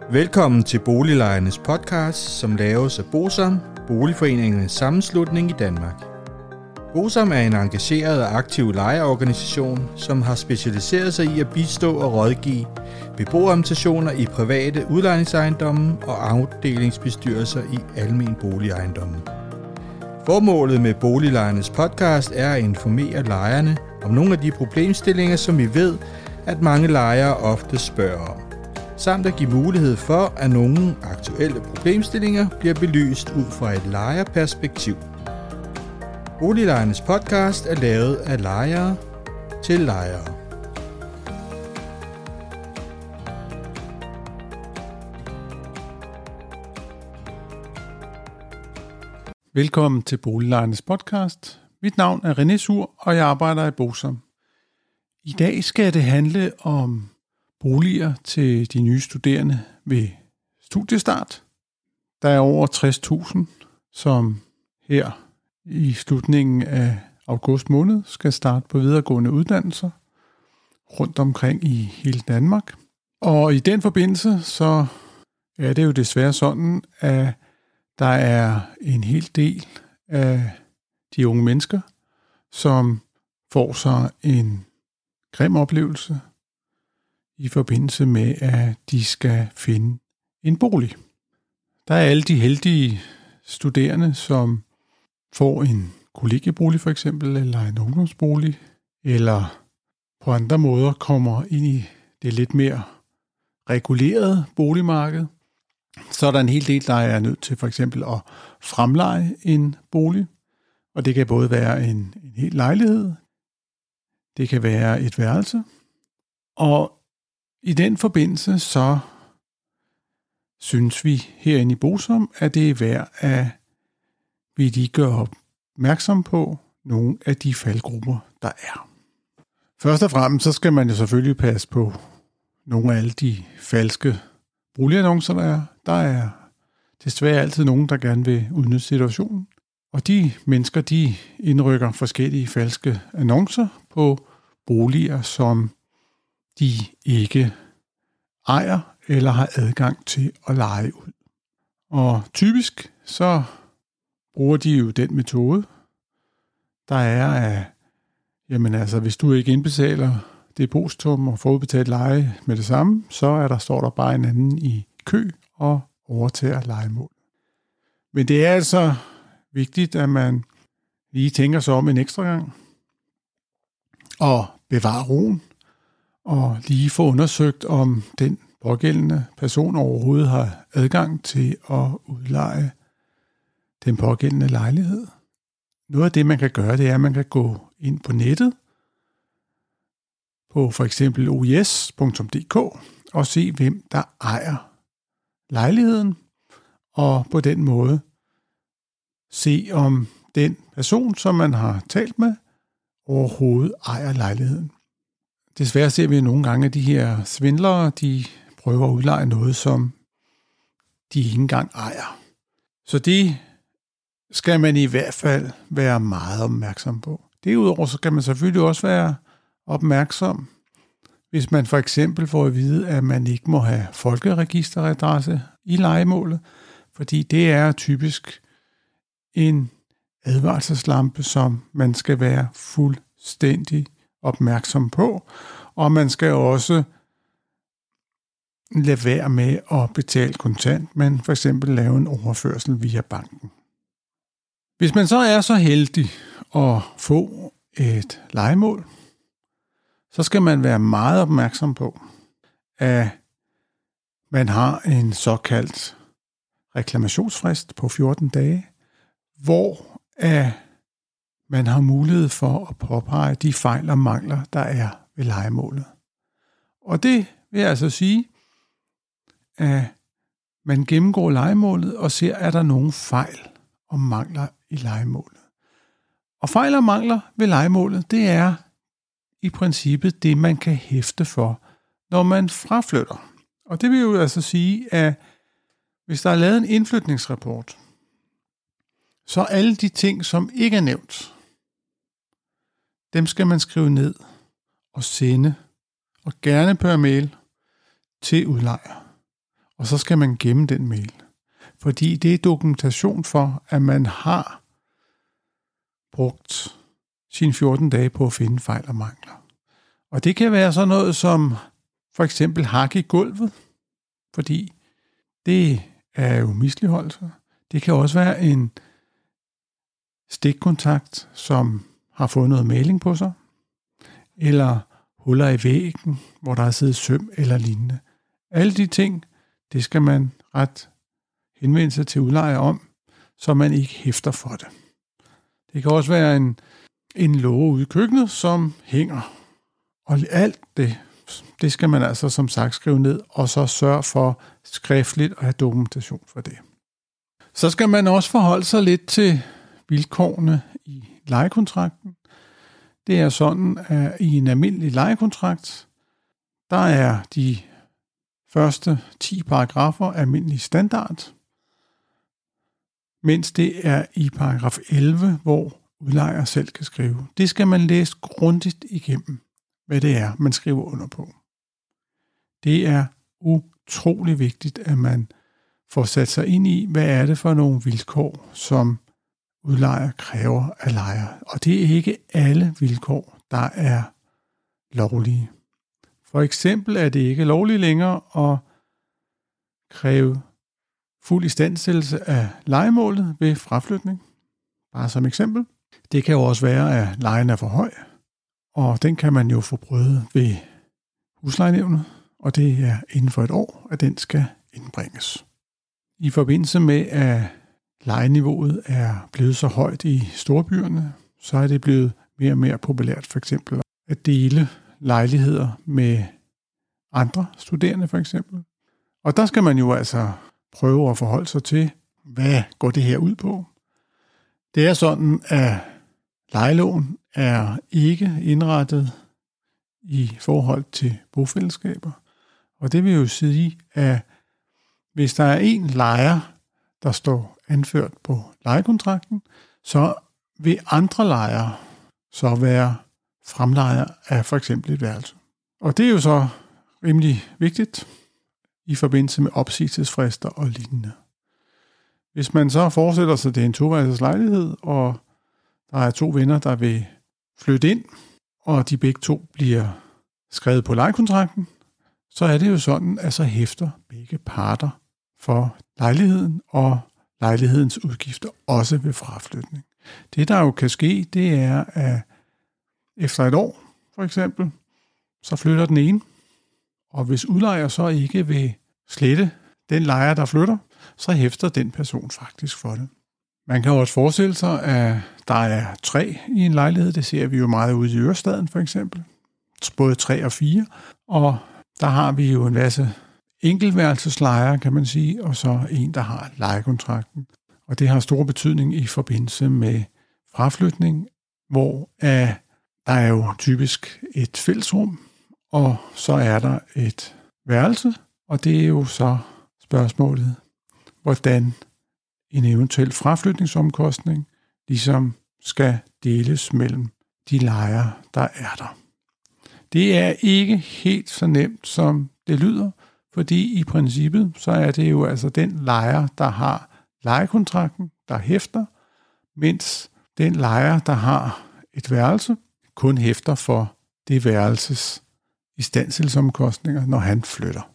Velkommen til Boliglejernes podcast, som laves af BOSAM, Boligforeningernes Sammenslutning i Danmark. BOSAM er en engageret og aktiv lejerorganisation, som har specialiseret sig i at bistå og rådgive beboerrepræsentationer i private udlejningsejendomme og afdelingsbestyrelser i almen boligejendomme. Formålet med Boliglejernes podcast er at informere lejerne om nogle af de problemstillinger, som vi ved, at mange lejere ofte spørger om, samt at give mulighed for, at nogle aktuelle problemstillinger bliver belyst ud fra et lejerperspektiv. Boliglejernes podcast er lavet af lejere til lejere. Velkommen til Boliglejernes podcast. Mit navn er René Sur, og jeg arbejder i BOSAM. I dag skal det handle om boliger til de nye studerende ved studiestart. Der er over 60.000, som her i slutningen af august måned skal starte på videregående uddannelser rundt omkring i hele Danmark. Og i den forbindelse så er det jo desværre sådan, at der er en hel del af de unge mennesker, som får sig en grim oplevelse i forbindelse med, at de skal finde en bolig. Der er alle de heldige studerende, som får en kollegiebolig for eksempel, eller en ungdomsbolig, eller på andre måder kommer ind i det lidt mere regulerede boligmarked. Så er der en hel del, der er nødt til for eksempel at fremleje en bolig, og det kan både være en hel lejlighed, det kan være et værelse, og i den forbindelse så synes vi herinde i BOSAM, at det er værd, at vi lige gør opmærksom på nogle af de faldgrupper, der er. Først og fremmest så skal man jo selvfølgelig passe på nogle af alle de falske boligannoncer, der er. Der er desværre altid nogen, der gerne vil udnytte situationen. Og de mennesker, de indrykker forskellige falske annoncer på boliger, som de ikke ejer eller har adgang til at leje ud. Og typisk så bruger de jo den metode, der er, at jamen altså, hvis du ikke indbetaler depositum og får udbetalt leje med det samme, så står der bare en anden i kø og overtager lejemål. Men det er altså vigtigt, at man lige tænker sig om en ekstra gang og bevarer roen og lige få undersøgt, om den pågældende person overhovedet har adgang til at udleje den pågældende lejlighed. Noget af det, man kan gøre, det er, at man kan gå ind på nettet på for eksempel ois.dk og se, hvem der ejer lejligheden, og på den måde se, om den person, som man har talt med, overhovedet ejer lejligheden. Desværre ser vi nogle gange, at de her svindlere, de prøver at udleje noget, som de ikke engang ejer. Så det skal man i hvert fald være meget opmærksom på. Derudover så kan man selvfølgelig også være opmærksom, hvis man for eksempel får at vide, at man ikke må have folkeregisteradresse i lejemålet, fordi det er typisk en advarselslampe, som man skal være fuldstændig opmærksom på, og man skal også lade være med at betale kontant, men for eksempel lave en overførsel via banken. Hvis man så er så heldig at få et lejemål, så skal man være meget opmærksom på, at man har en såkaldt reklamationsfrist på 14 dage, hvor man har mulighed for at påpege de fejl og mangler, der er ved lejemålet. Og det vil altså sige, at man gennemgår lejemålet og ser, er der nogen fejl og mangler i lejemålet. Og fejl og mangler ved lejemålet, det er i princippet det, man kan hæfte for, når man fraflytter. Og det vil jo altså sige, at hvis der er lavet en indflytningsrapport, så alle de ting, som ikke er nævnt, dem skal man skrive ned og sende, og gerne per mail, til udlejer. og så skal man gemme den mail. Fordi det er dokumentation for, at man har brugt sine 14 dage på at finde fejl og mangler. Og det kan være sådan noget som for eksempel hak i gulvet, fordi det er jo misligholdelse. Det kan også være en stikkontakt, som har fået noget maling på sig, eller huller i væggen, hvor der er siddet søm eller lignende. Alle de ting, det skal man ret henvende sig til udlejer om, så man ikke hæfter for det. Det kan også være en låge ude i køkkenet, som hænger. Og alt det skal man altså som sagt skrive ned, og så sørge for skriftligt at have dokumentation for det. Så skal man også forholde sig lidt til vilkårene i lejekontrakten. Det er sådan, at i en almindelig lejekontrakt, der er de første 10 paragrafer almindelig standard, mens det er i paragraf 11, hvor udlejer selv kan skrive. Det skal man læse grundigt igennem, hvad det er, man skriver under på. Det er utrolig vigtigt, at man får sat sig ind i, hvad er det for nogle vilkår, som udlejer kræver af lejer. Og det er ikke alle vilkår, der er lovlige. For eksempel er det ikke lovligt længere at kræve fuld istandsættelse af lejemålet ved fraflytning. Bare som eksempel. Det kan jo også være, at lejen er for høj, og den kan man jo få prøvet ved huslejenævnet, og det er inden for et år, at den skal indbringes. I forbindelse med, at lejeniveauet er blevet så højt i storbyerne, så er det blevet mere og mere populært for eksempel at dele lejligheder med andre studerende for eksempel. Og der skal man jo altså prøve at forholde sig til, hvad går det her ud på. Det er sådan, at lejeloven er ikke indrettet i forhold til bofællesskaber. Og det vil jo sige, at hvis der er en lejer, der står anført på lejekontrakten, så vil andre lejere så være fremlejer af for eksempel et værelse. Og det er jo så rimelig vigtigt i forbindelse med opsigelsesfrister og lignende. Hvis man så forestiller sig, at det er en toværelses lejlighed, og der er 2 venner, der vil flytte ind, og de begge 2 bliver skrevet på lejekontrakten, så er det jo sådan, at så hæfter begge parter for lejligheden og lejlighedens udgifter også ved fraflytning. Det, der jo kan ske, det er, at efter et år, for eksempel, så flytter den ene, og hvis udlejer så ikke vil slette den lejer, der flytter, så hæfter den person faktisk for det. Man kan også forestille sig, at der er 3 i en lejlighed. Det ser vi jo meget ude i Ørestaden for eksempel. Både 3 og 4. Og der har vi jo en masse enkeltværelseslejere, kan man sige, og så en, der har lejekontrakten. Og det har stor betydning i forbindelse med fraflytning, hvor der er jo typisk et fællesrum, og så er der et værelse, og det er jo så spørgsmålet, hvordan en eventuel fraflytningsomkostning ligesom skal deles mellem de lejere, der er der. Det er ikke helt så nemt, som det lyder, fordi i princippet, så er det jo altså den lejer, der har lejekontrakten, der hæfter, mens den lejer, der har et værelse, kun hæfter for det værelses istandsættelsesomkostninger, når han flytter.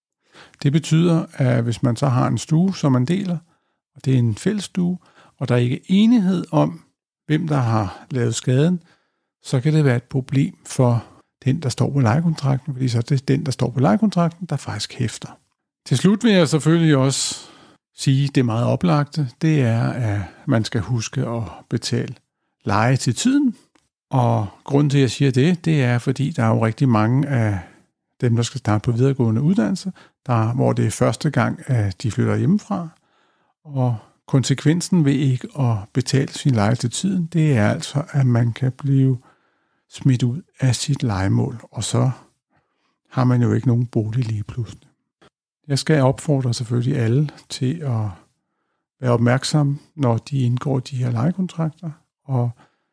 Det betyder, at hvis man så har en stue, som man deler, og det er en fælles stue, og der er ikke enighed om, hvem der har lavet skaden, så kan det være et problem for den, der står på lejekontrakten, fordi så er det den, der står på lejekontrakten, der faktisk hæfter. Til slut vil jeg selvfølgelig også sige, at det meget oplagte, det er, at man skal huske at betale leje til tiden. Og grunden til, at jeg siger det er, fordi der er jo rigtig mange af dem, der skal starte på videregående uddannelse, hvor det er første gang, at de flytter hjemmefra. Og konsekvensen ved ikke at betale sin leje til tiden, det er altså, at man kan blive smidt ud af sit lejemål, og så har man jo ikke nogen bolig lige pludselig. Jeg skal opfordre selvfølgelig alle til at være opmærksomme, når de indgår de her lejekontrakter, og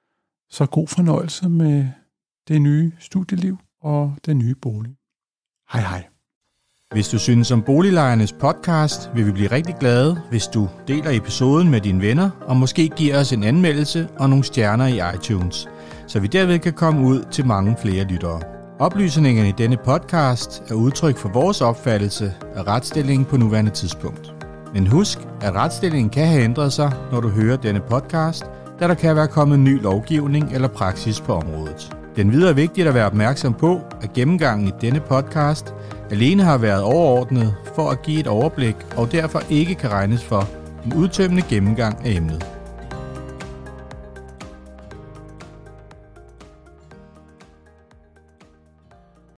så god fornøjelse med det nye studieliv og den nye bolig. Hej hej. Hvis du synes om Boliglejernes podcast, vil vi blive rigtig glade, hvis du deler episoden med dine venner, og måske giver os en anmeldelse og nogle stjerner i iTunes, så vi derved kan komme ud til mange flere lyttere. Oplysningerne i denne podcast er udtryk for vores opfattelse af retsstillingen på nuværende tidspunkt. Men husk, at retsstillingen kan have ændret sig, når du hører denne podcast, da der kan være kommet ny lovgivning eller praksis på området. Den videre er vigtigt at være opmærksom på, at gennemgangen i denne podcast alene har været overordnet for at give et overblik og derfor ikke kan regnes for en udtømmende gennemgang af emnet.